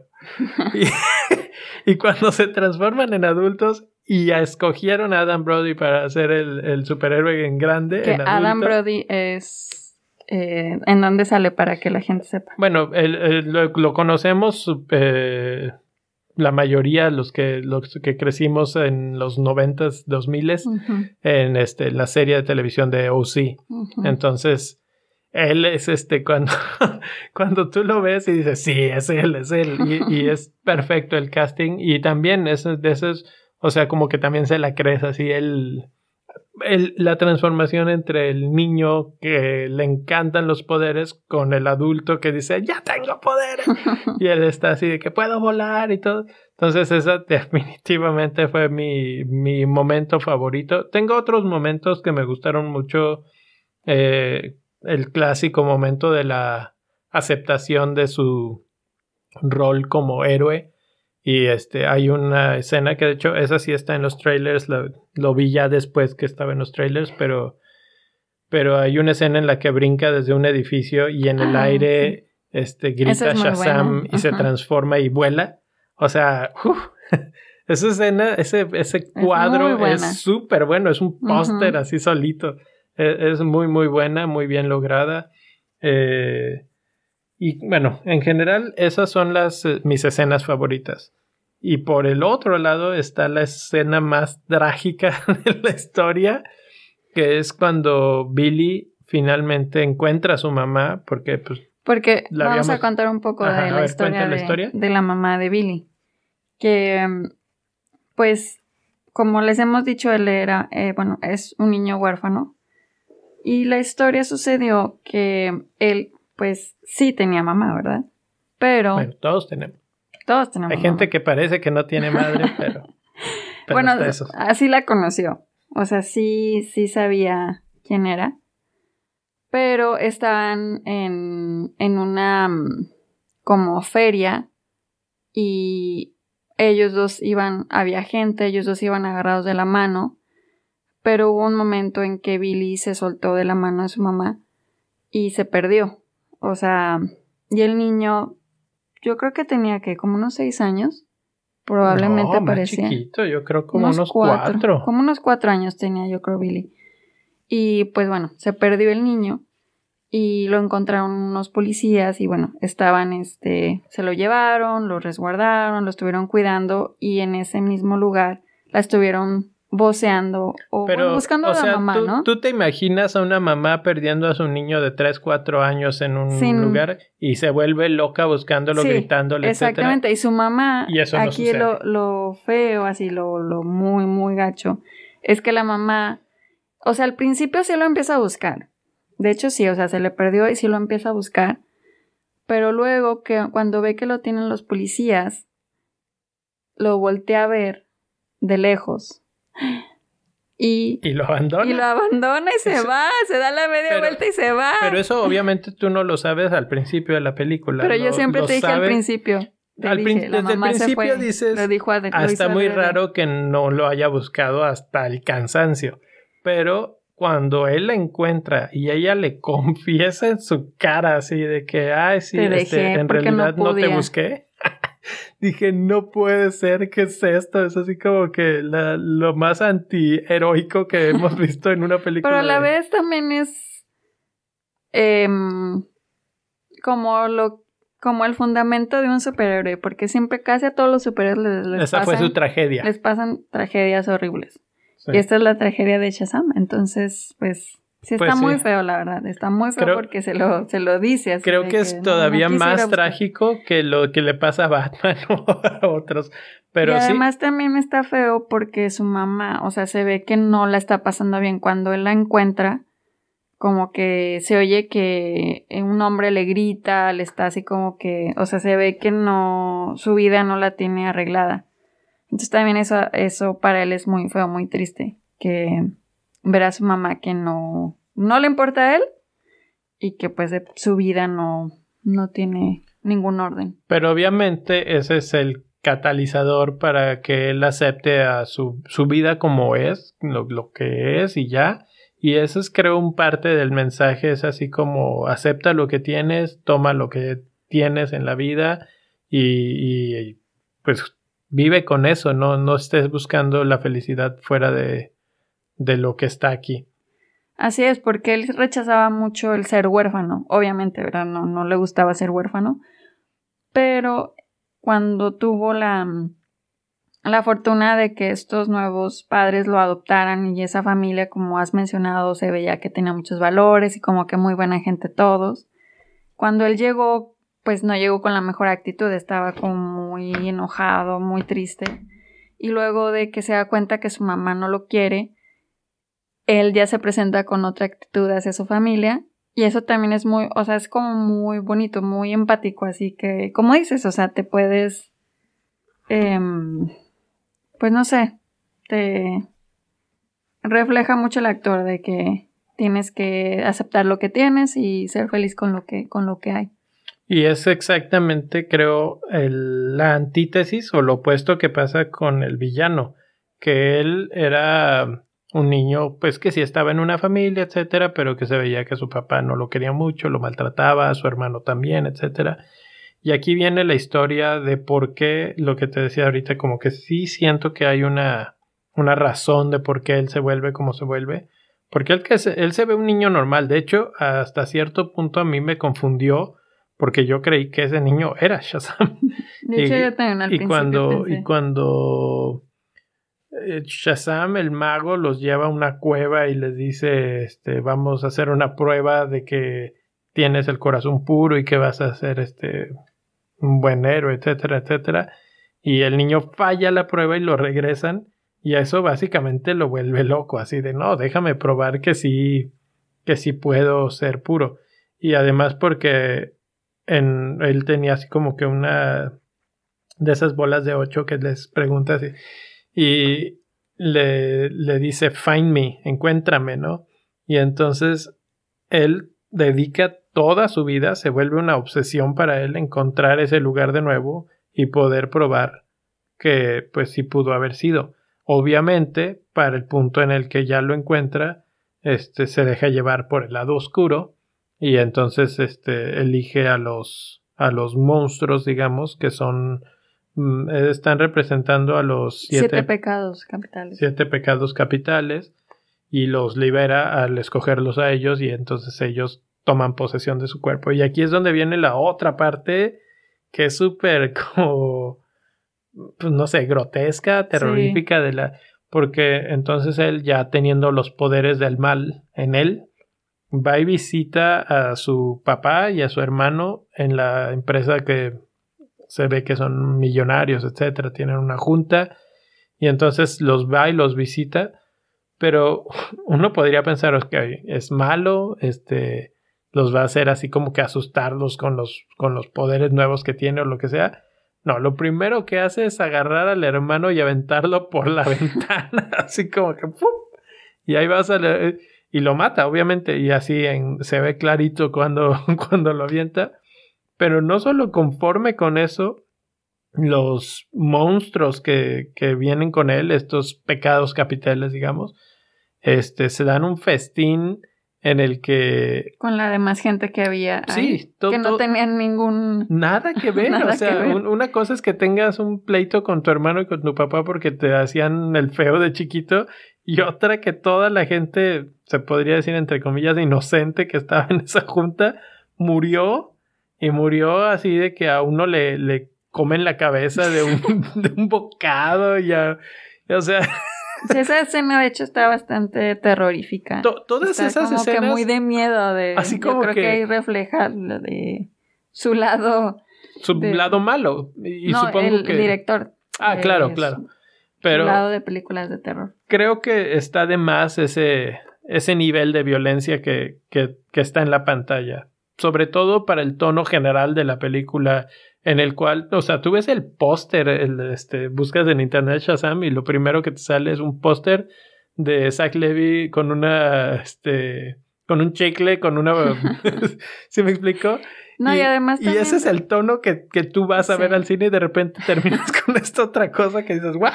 y, y cuando se transforman en adultos y escogieron a Adam Brody para ser el, el superhéroe en grande, Que en adulto. Adam Brody es... Eh, ¿En dónde sale para que la gente sepa? Bueno, el, el, lo, lo conocemos... Eh, la mayoría, los que, los que crecimos en los noventas, dos miles, Uh-huh. en este, la serie de televisión de O C. Uh-huh. Entonces, él es este, cuando, cuando tú lo ves y dices, sí, es él, es él, y, y es perfecto el casting, y también es de esos, o sea, como que también se la crees así, él, él, la transformación entre el niño que le encantan los poderes con el adulto que dice, ya tengo poderes, y él está así de que puedo volar y todo. Entonces esa definitivamente fue mi, mi momento favorito. Tengo otros momentos que me gustaron mucho. Eh, el clásico momento de la aceptación de su rol como héroe. Y este, hay una escena que de hecho esa sí está en los trailers, lo, lo vi ya después que estaba en los trailers, pero, pero hay una escena en la que brinca desde un edificio y en el Ah, aire sí. este, grita Esa es muy Shazam buena. y se Ajá. transforma y vuela. O sea, uf, esa escena, ese, ese muy cuadro buena. es súper bueno, es un póster Ujú. así solito. Es, es muy muy buena, muy bien lograda. Eh, y bueno, en general esas son las eh, mis escenas favoritas. Y por el otro lado está la escena más trágica de la historia, que es cuando Billy finalmente encuentra a su mamá, porque pues Porque la vamos habíamos... a contar un poco Ajá, de a la, ver, historia cuenta la de, historia. de la mamá de Billy. Que, mm, pues, como les hemos dicho, él era, eh, bueno, es un niño huérfano. Y la historia sucedió que él, pues, sí tenía mamá, ¿verdad? Pero Bueno, todos tenemos. todos tenemos Hay mamá. gente que parece que no tiene madre, pero... pero Bueno, hasta eso. así la conoció. O sea, sí, sí sabía quién era. Pero estaban en, en una mm, como feria y ellos dos iban, había gente, ellos dos iban agarrados de la mano, pero hubo un momento en que Billy se soltó de la mano de su mamá y se perdió. O sea, y el niño, yo creo que tenía que como unos seis años, probablemente No, más parecía. chiquito, yo creo como unos, unos cuatro. cuatro. Como unos cuatro años tenía yo creo Billy. Y pues bueno, se perdió el niño y lo encontraron unos policías y bueno, estaban, este, se lo llevaron, lo resguardaron, lo estuvieron cuidando y en ese mismo lugar la estuvieron voceando o Pero, bueno, buscando o a la sea, mamá, ¿tú, ¿no? tú te imaginas a una mamá perdiendo a su niño de tres, cuatro años en un Sin... lugar y se vuelve loca buscándolo, sí, gritándole, exactamente. etcétera? Y su mamá, Y eso no aquí sucede. lo, lo feo, así lo, lo muy, muy gacho, es que la mamá, o sea, al principio sí lo empieza a buscar. De hecho, sí, o sea, se le perdió y sí lo empieza a buscar. Pero luego, que cuando ve que lo tienen los policías, lo voltea a ver de lejos. Y, y lo abandona. Y lo abandona y se eso, va, se da la media pero, vuelta y se va. Pero eso obviamente tú no lo sabes al principio de la película. Pero lo, yo siempre te dije sabe, al principio. Te al dije, prin- la desde mamá el principio se fue, dices, lo dijo a de, ah, está muy adrede. raro que no lo haya buscado hasta el cansancio. Pero cuando él la encuentra y ella le confiesa en su cara así de que, ay, sí, te este, dejé en realidad no, no te busqué. Dije, no puede ser, ¿qué es esto? Es así como que la, lo más antiheroico que hemos visto en una película. Pero a la de... vez también es eh, como lo como el fundamento de un superhéroe, porque siempre casi a todos los superhéroes les, les Esa pasan, fue su tragedia. Les pasan tragedias horribles. Sí. Y esta es la tragedia de Shazam. Entonces, pues, sí está pues muy sí. feo, la verdad. Está muy feo creo, porque se lo, se lo dice así. Creo que, que es todavía no, no más trágico que lo que le pasa a Batman o a otros. Pero y además sí. también está feo porque su mamá, o sea, se ve que no la está pasando bien. Cuando él la encuentra, como que se oye que un hombre le grita, le está así como que, o sea, se ve que no, su vida no la tiene arreglada. Entonces también eso, eso para él es muy feo, muy triste, que ver a su mamá que no, no le importa a él y que pues su vida no, no tiene ningún orden. Pero obviamente ese es el catalizador para que él acepte a su, su vida como es, lo, lo que es y ya. Y eso es, creo, un parte del mensaje, es así como acepta lo que tienes, toma lo que tienes en la vida y, y pues vive con eso, no, no estés buscando la felicidad fuera de, de lo que está aquí. Así es, porque él rechazaba mucho el ser huérfano, obviamente, ¿verdad? No, no le gustaba ser huérfano, pero cuando tuvo la... la fortuna de que estos nuevos padres lo adoptaran y esa familia, como has mencionado, se veía que tenía muchos valores y como que muy buena gente todos. Cuando él llegó, pues no llegó con la mejor actitud, estaba como muy enojado, muy triste. Y luego de que se da cuenta que su mamá no lo quiere, él ya se presenta con otra actitud hacia su familia. Y eso también es muy, o sea, es como muy bonito, muy empático, así que, como dices, o sea, te puedes... Eh, pues no sé, te refleja mucho el actor de que tienes que aceptar lo que tienes y ser feliz con lo que, con lo que hay. Y es exactamente, creo, el, la antítesis o lo opuesto que pasa con el villano, que él era un niño, pues que sí estaba en una familia, etcétera, pero que se veía que su papá no lo quería mucho, lo maltrataba, a su hermano también, etcétera. Y aquí viene la historia de por qué, lo que te decía ahorita, como que sí siento que hay una, una razón de por qué él se vuelve como se vuelve. Porque él, que se, él se ve un niño normal. De hecho, hasta cierto punto a mí me confundió porque yo creí que ese niño era Shazam. De hecho, y, yo también al y principio cuando, pensé. Y cuando eh, Shazam, el mago, los lleva a una cueva y les dice, este, vamos a hacer una prueba de que tienes el corazón puro y que vas a hacer este... un buen héroe, etcétera, etcétera, y el niño falla la prueba y lo regresan, y a eso básicamente lo vuelve loco, así de, no, déjame probar que sí, que sí puedo ser puro, y además porque en, él tenía así como que una de esas bolas de ocho que les pregunta así, y le, le dice, find me, encuéntrame, ¿no? Y entonces él dedica toda su vida, se vuelve una obsesión para él encontrar ese lugar de nuevo y poder probar que pues sí pudo haber sido. Obviamente, para el punto en el que ya lo encuentra, este se deja llevar por el lado oscuro y entonces este elige a los a los monstruos, digamos, que son mm, están representando a los siete, siete pecados capitales. Siete pecados capitales. Y los libera al escogerlos a ellos y entonces ellos toman posesión de su cuerpo. Y aquí es donde viene la otra parte que es súper como, pues no sé, grotesca, terrorífica, sí. de la porque entonces él, ya teniendo los poderes del mal en él, va y visita a su papá y a su hermano en la empresa que se ve que son millonarios, etcétera. Tienen una junta y entonces los va y los visita. Pero uno podría pensar, ok, es malo, este, los va a hacer así como que asustarlos con los, con los poderes nuevos que tiene o lo que sea. No, lo primero que hace es agarrar al hermano y aventarlo por la ventana, así como que ¡pum! Y ahí vas a leer, y lo mata, obviamente, y así en, se ve clarito cuando, cuando lo avienta. Pero no solo conforme con eso, los monstruos que, que vienen con él, estos pecados capitales, digamos, este, se dan un festín en el que... Con la demás gente que había ahí, sí, to, que no to, tenían ningún... Nada que ver, nada o sea, ver. Un, una cosa es que tengas un pleito con tu hermano y con tu papá porque te hacían el feo de chiquito, y otra que toda la gente, se podría decir entre comillas, inocente que estaba en esa junta, murió, y murió así de que a uno le... le comen la cabeza de un, de un bocado y ya, o sea... Sí, esa escena de hecho está bastante terrorífica. To, todas está esas como escenas... que muy de miedo. De, así como yo creo que... que ahí refleja lo de su lado... Su de, lado malo. Y no, supongo el, que... el director. Ah, claro, claro. Pero su lado de películas de terror. Creo que está de más ese, ese nivel de violencia que, que, que está en la pantalla. Sobre todo para el tono general de la película, en el cual, o sea, tú ves el póster, el, este, buscas en internet Shazam y lo primero que te sale es un póster de Zach Levy con una, este, con un chicle, con una... ¿Sí me explico? No, y, y además y ese es el tono que, que tú vas a sí. ver al cine y de repente terminas con esta otra cosa que dices, ¿what?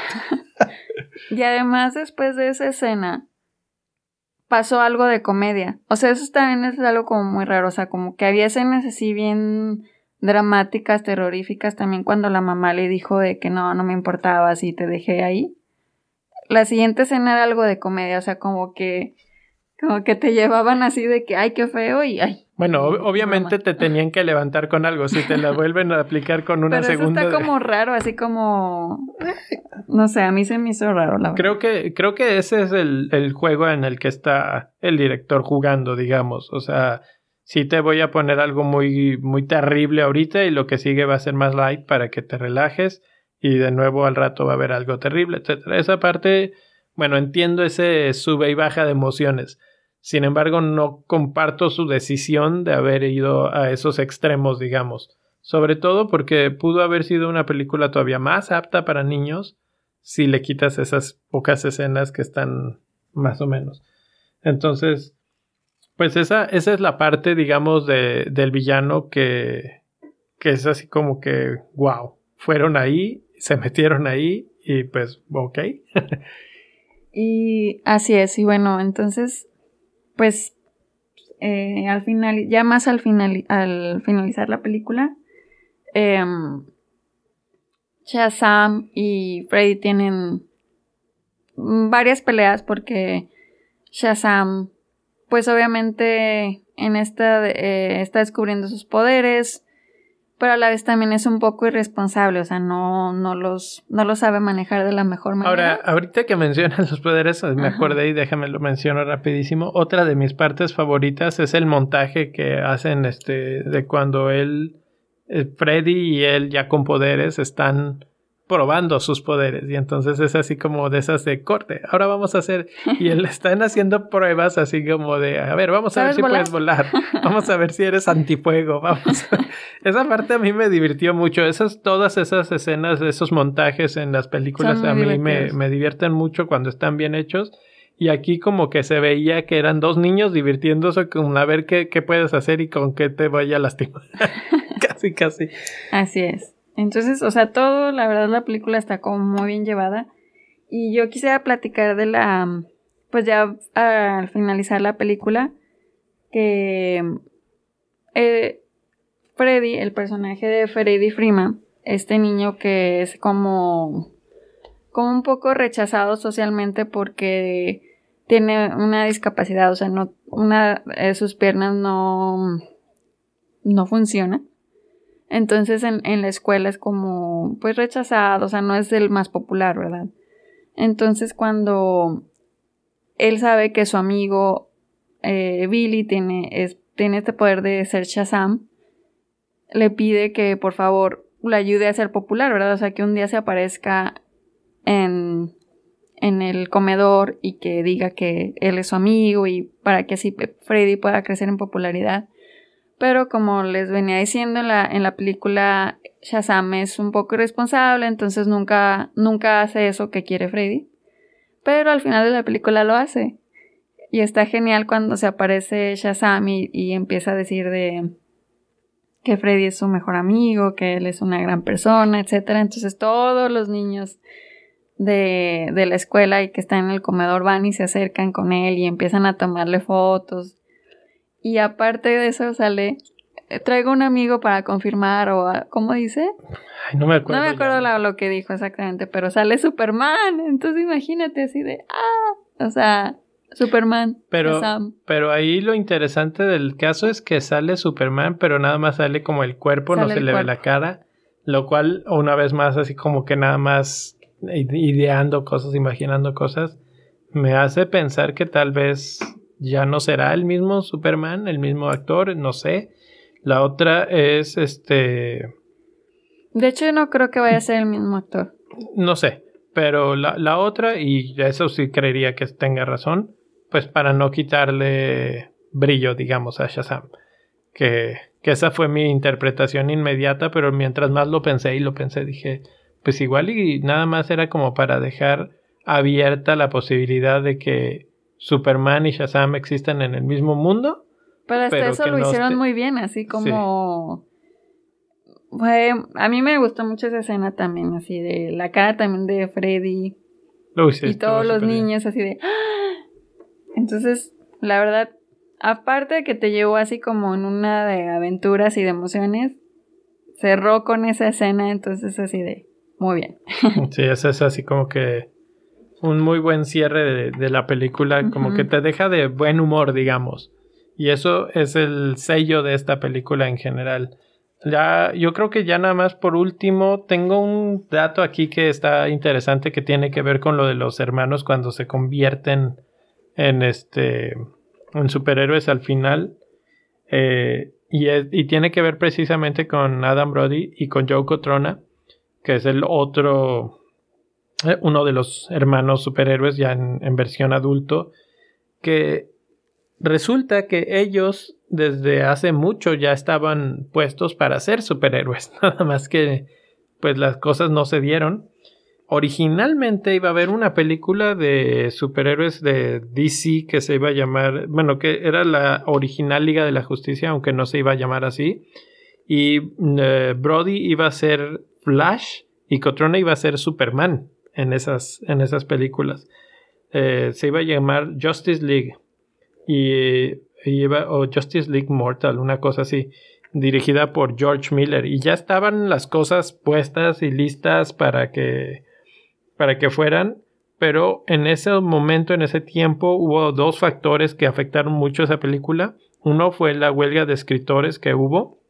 Y además después de esa escena pasó algo de comedia. O sea, eso también es algo como muy raro. O sea, como que había escenas así bien dramáticas, terroríficas. También cuando la mamá le dijo de que no, no me importaba si te dejé ahí. La siguiente escena era algo de comedia. O sea, como que como que te llevaban así de que ay, qué feo y ay. Bueno, obviamente broma. Te tenían que levantar con algo. Si te la vuelven a aplicar con una Pero segunda... Pero eso está como raro, así como... No sé, a mí se me hizo raro, la verdad. Creo que, creo que ese es el, el juego en el que está el director jugando, digamos. O sea, sí te voy a poner algo muy, muy terrible ahorita y lo que sigue va a ser más light para que te relajes y de nuevo al rato va a haber algo terrible, etcétera. Esa parte, bueno, entiendo ese sube y baja de emociones. Sin embargo, no comparto su decisión de haber ido a esos extremos, digamos. Sobre todo porque pudo haber sido una película todavía más apta para niños si le quitas esas pocas escenas que están más o menos. Entonces, pues esa, esa es la parte, digamos, de, del villano que, que es así como que, wow, fueron ahí, se metieron ahí y pues, ok. Y así es, y bueno, entonces... Pues eh, al final, ya más al final, al finalizar la película, eh, Shazam y Freddy tienen varias peleas porque Shazam, pues obviamente en esta eh, está descubriendo sus poderes, pero a la vez también es un poco irresponsable, o sea, no, no los, no los sabe manejar de la mejor manera. Ahora, ahorita que mencionas los poderes, me Ajá. acordé y déjame lo menciono rapidísimo. Otra de mis partes favoritas es el montaje que hacen este de cuando él, Freddy y él ya con poderes están probando sus poderes y entonces es así como de esas de corte, ahora vamos a hacer y él están haciendo pruebas así como de, a ver, vamos a ver si volar? puedes volar, vamos a ver si eres antifuego, vamos a... Esa parte a mí me divirtió mucho, esas, todas esas escenas, esos montajes en las películas a mí me, me divierten mucho cuando están bien hechos y aquí como que se veía que eran dos niños divirtiéndose con a ver qué, qué puedes hacer y con qué te vaya a lastimar, casi casi. Así es. Entonces, o sea, todo, la verdad, la película está como muy bien llevada. Y yo quisiera platicar de la, pues ya al finalizar la película, que eh, Freddy, el personaje de Freddy Freeman, este niño que es como, como un poco rechazado socialmente porque tiene una discapacidad, o sea, no, una, eh, sus piernas no, no funcionan. Entonces en, en la escuela es como, pues rechazado, o sea, no es el más popular, ¿verdad? Entonces cuando él sabe que su amigo eh, Billy tiene, es, tiene este poder de ser Shazam, le pide que por favor le ayude a ser popular, ¿verdad? O sea, que un día se aparezca en, en el comedor y que diga que él es su amigo y para que así Freddy pueda crecer en popularidad. Pero como les venía diciendo en la, en la película, Shazam es un poco irresponsable, entonces nunca, nunca hace eso que quiere Freddy. Pero al final de la película lo hace. Y está genial cuando se aparece Shazam y, y empieza a decir de que Freddy es su mejor amigo, que él es una gran persona, etcétera. Entonces todos los niños de, de la escuela y que están en el comedor van y se acercan con él y empiezan a tomarle fotos. Y aparte de eso sale, traigo un amigo para confirmar o, ¿cómo dice? Ay, no me acuerdo. No me acuerdo la, lo que dijo exactamente, pero sale Superman. Entonces imagínate así de, ah, o sea, Superman. Pero, pero ahí lo interesante del caso es que sale Superman, pero nada más sale como el cuerpo, sale no se le cuerpo. ve la cara, lo cual una vez más así como que nada más ideando cosas, imaginando cosas, me hace pensar que tal vez ya no será el mismo Superman, el mismo actor, no sé. La otra es este... De hecho, yo no creo que vaya a ser el mismo actor. No sé, pero la, la otra, y eso sí creería que tenga razón, pues para no quitarle brillo, digamos, a Shazam. Que, que esa fue mi interpretación inmediata, pero mientras más lo pensé y lo pensé, dije, pues igual y nada más era como para dejar abierta la posibilidad de que Superman y Shazam existen en el mismo mundo. Pero hasta pero eso lo no hicieron esté... muy bien, así como... Sí. Fue... A mí me gustó mucho esa escena también, así de la cara también de Freddy. Uy, sí, y todos los niños bien. Así de... Entonces, la verdad, aparte de que te llevó así como en una de aventuras y de emociones, cerró con esa escena, entonces así de... Muy bien. Sí, eso es así como que... un muy buen cierre de, de la película, uh-huh. Como que te deja de buen humor, digamos. Y eso es el sello de esta película en general. Ya, yo creo que ya nada más por último, tengo un dato aquí que está interesante que tiene que ver con lo de los hermanos cuando se convierten en este en superhéroes al final. Eh, y, es, y tiene que ver precisamente con Adam Brody y con Joe Cotrona, que es el otro... uno de los hermanos superhéroes ya en, en versión adulto, que resulta que ellos desde hace mucho ya estaban puestos para ser superhéroes, nada más que pues las cosas no se dieron. Originalmente iba a haber una película de superhéroes de D C que se iba a llamar, bueno, que era la original Liga de la Justicia, aunque no se iba a llamar así, y uh, Brody iba a ser Flash y Cotrona iba a ser Superman en esas, en esas películas. Eh, se iba a llamar Justice League y, y iba, o Justice League Mortal, una cosa así, dirigida por George Miller, y ya estaban las cosas puestas y listas para que para que fueran, pero en ese momento, en ese tiempo, hubo dos factores que afectaron mucho esa película. Uno fue la huelga de escritores que hubo,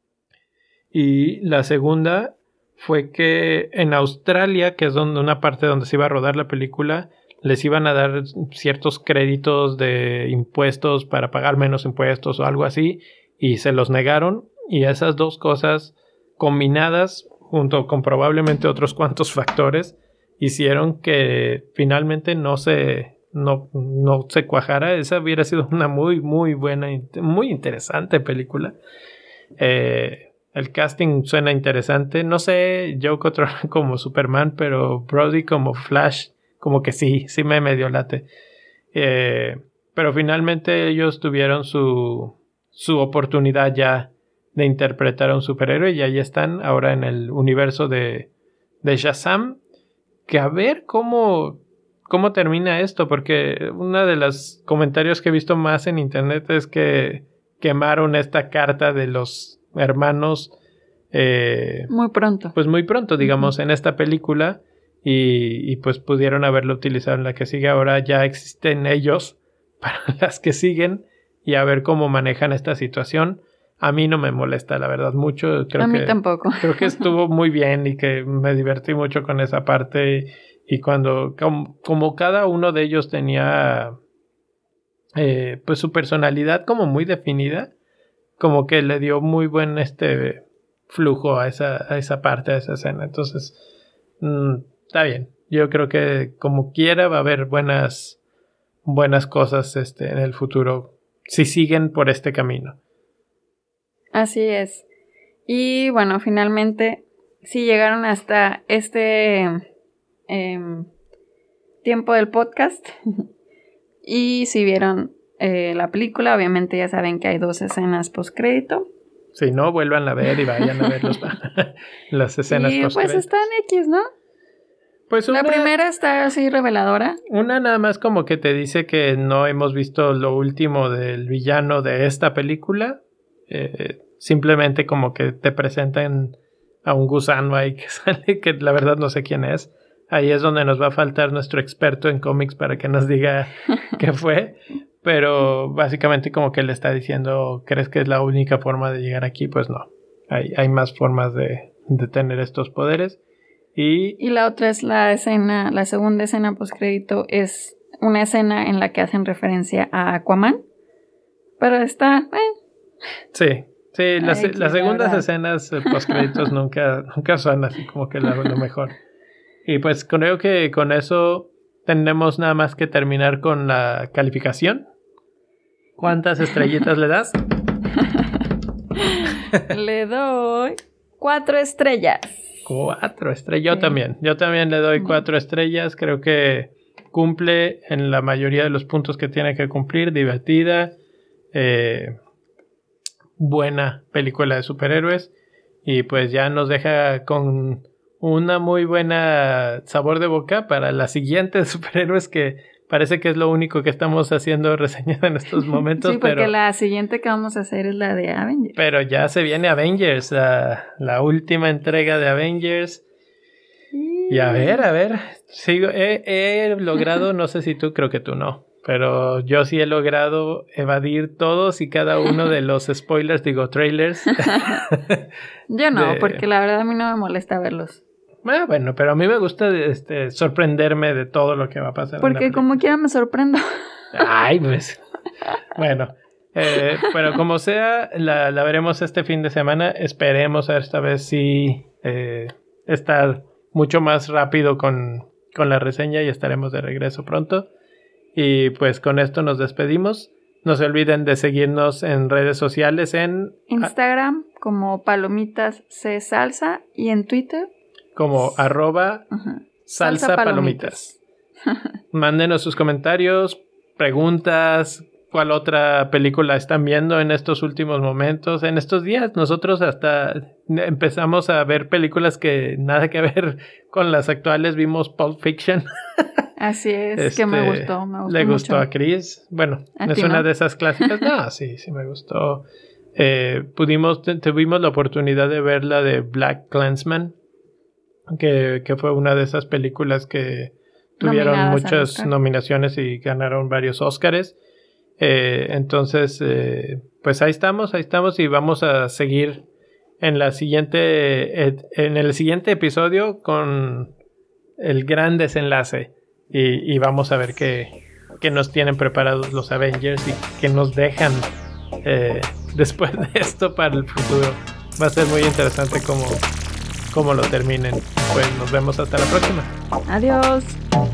y la segunda fue que en Australia, que es donde una parte donde se iba a rodar la película, les iban a dar ciertos créditos de impuestos para pagar menos impuestos o algo así, y se los negaron, y esas dos cosas combinadas, junto con probablemente otros cuantos factores, hicieron que finalmente no se, no, no se cuajara. Esa hubiera sido una muy, muy buena, muy interesante película. Eh, el casting suena interesante. No sé, Joe Cotrona como Superman, pero Brody como Flash, como que sí, sí me medio late. Eh, pero finalmente ellos tuvieron su, su oportunidad ya de interpretar a un superhéroe, y ahí están ahora en el universo de, de Shazam. Que a ver cómo, cómo termina esto, porque uno de los comentarios que he visto más en internet es que quemaron esta carta de los hermanos eh, muy pronto. Pues muy pronto, digamos, uh-huh. en esta película, y, y pues pudieron haberlo utilizado en la que sigue. Ahora ya existen ellos para las que siguen y a ver cómo manejan esta situación. A mí no me molesta, la verdad, mucho. Creo a mí que, tampoco. Creo que estuvo muy bien y que me divertí mucho con esa parte. Y cuando, como, como cada uno de ellos tenía eh, pues su personalidad como muy definida, como que le dio muy buen este flujo a esa, a esa parte, a esa escena. Entonces, mmm, está bien. Yo creo que como quiera va a haber buenas, buenas cosas este, en el futuro si siguen por este camino. Así es. Y bueno, finalmente, si llegaron hasta este eh, tiempo del podcast y si vieron eh, la película, obviamente ya saben que hay dos escenas postcrédito. Si no, vuelvan a ver y vayan a ver los, las escenas y postcrédito. pues están X, ¿no? Pues una, la primera está así reveladora. Una nada más como que te dice que no hemos visto lo último del villano de esta película. Eh, simplemente como que te presentan a un gusano ahí que sale, que la verdad no sé quién es. Ahí es donde nos va a faltar nuestro experto en cómics para que nos diga qué fue. Pero básicamente como que le está diciendo, ¿crees que es la única forma de llegar aquí? Pues no. Hay, hay más formas de, de tener estos poderes. Y, y la otra es la escena, la segunda escena postcrédito es una escena en la que hacen referencia a Aquaman. Pero está... Eh. Sí, sí, Ay, las, las segundas verdad. escenas postcréditos nunca, nunca son así como que lo, lo mejor. Y pues creo que con eso tenemos nada más que terminar con la calificación. ¿Cuántas estrellitas le das? Le doy cuatro estrellas. Cuatro estrellas. Yo Sí. también. Yo también le doy cuatro estrellas. Creo que cumple en la mayoría de los puntos que tiene que cumplir. Divertida. Eh, buena película de superhéroes. Y pues ya nos deja con una muy buena sabor de boca para la siguiente de superhéroes, que parece que es lo único que estamos haciendo reseña en estos momentos. Sí, porque pero, la siguiente que vamos a hacer es la de Avengers. pero ya se viene Avengers, la, la última entrega de Avengers. Y a ver, a ver, sigo, he, he logrado, no sé si tú, creo que tú no, pero yo sí he logrado evadir todos y cada uno de los spoilers, digo, trailers. Yo no, de... porque la verdad a mí no me molesta verlos. Ah, bueno, pero a mí me gusta este, sorprenderme de todo lo que va a pasar. Porque como quiera me sorprendo. Ay, pues. Bueno, eh, pero como sea, la, la veremos este fin de semana. Esperemos a ver esta vez si eh, estar mucho más rápido con, con la reseña y estaremos de regreso pronto. Y pues con esto nos despedimos. No se olviden de seguirnos en redes sociales en Instagram como Palomitas C Salsa y en Twitter como arroba uh-huh. salsa, salsa palomitas. palomitas. Mándenos sus comentarios, preguntas, cuál otra película están viendo en estos últimos momentos, en estos días. Nosotros hasta empezamos a ver películas que nada que ver con las actuales. Vimos Pulp Fiction. Así es, este, que me gustó, me gustó Le gustó mucho. a Chris. Bueno, ¿A es ti una no? de esas clásicas. No, sí, sí me gustó. Eh, pudimos, tuvimos la oportunidad de ver la de Black Klansman, que, que fue una de esas películas que tuvieron Nominadas al muchas Oscar. nominaciones y ganaron varios Óscares. Eh, entonces, eh, pues ahí estamos, ahí estamos y vamos a seguir en la siguiente, eh, en el siguiente episodio con el gran desenlace y, y vamos a ver qué, qué nos tienen preparados los Avengers y qué nos dejan eh, después de esto para el futuro. Va a ser muy interesante cómo, cómo lo terminen. Pues nos vemos hasta la próxima. Adiós.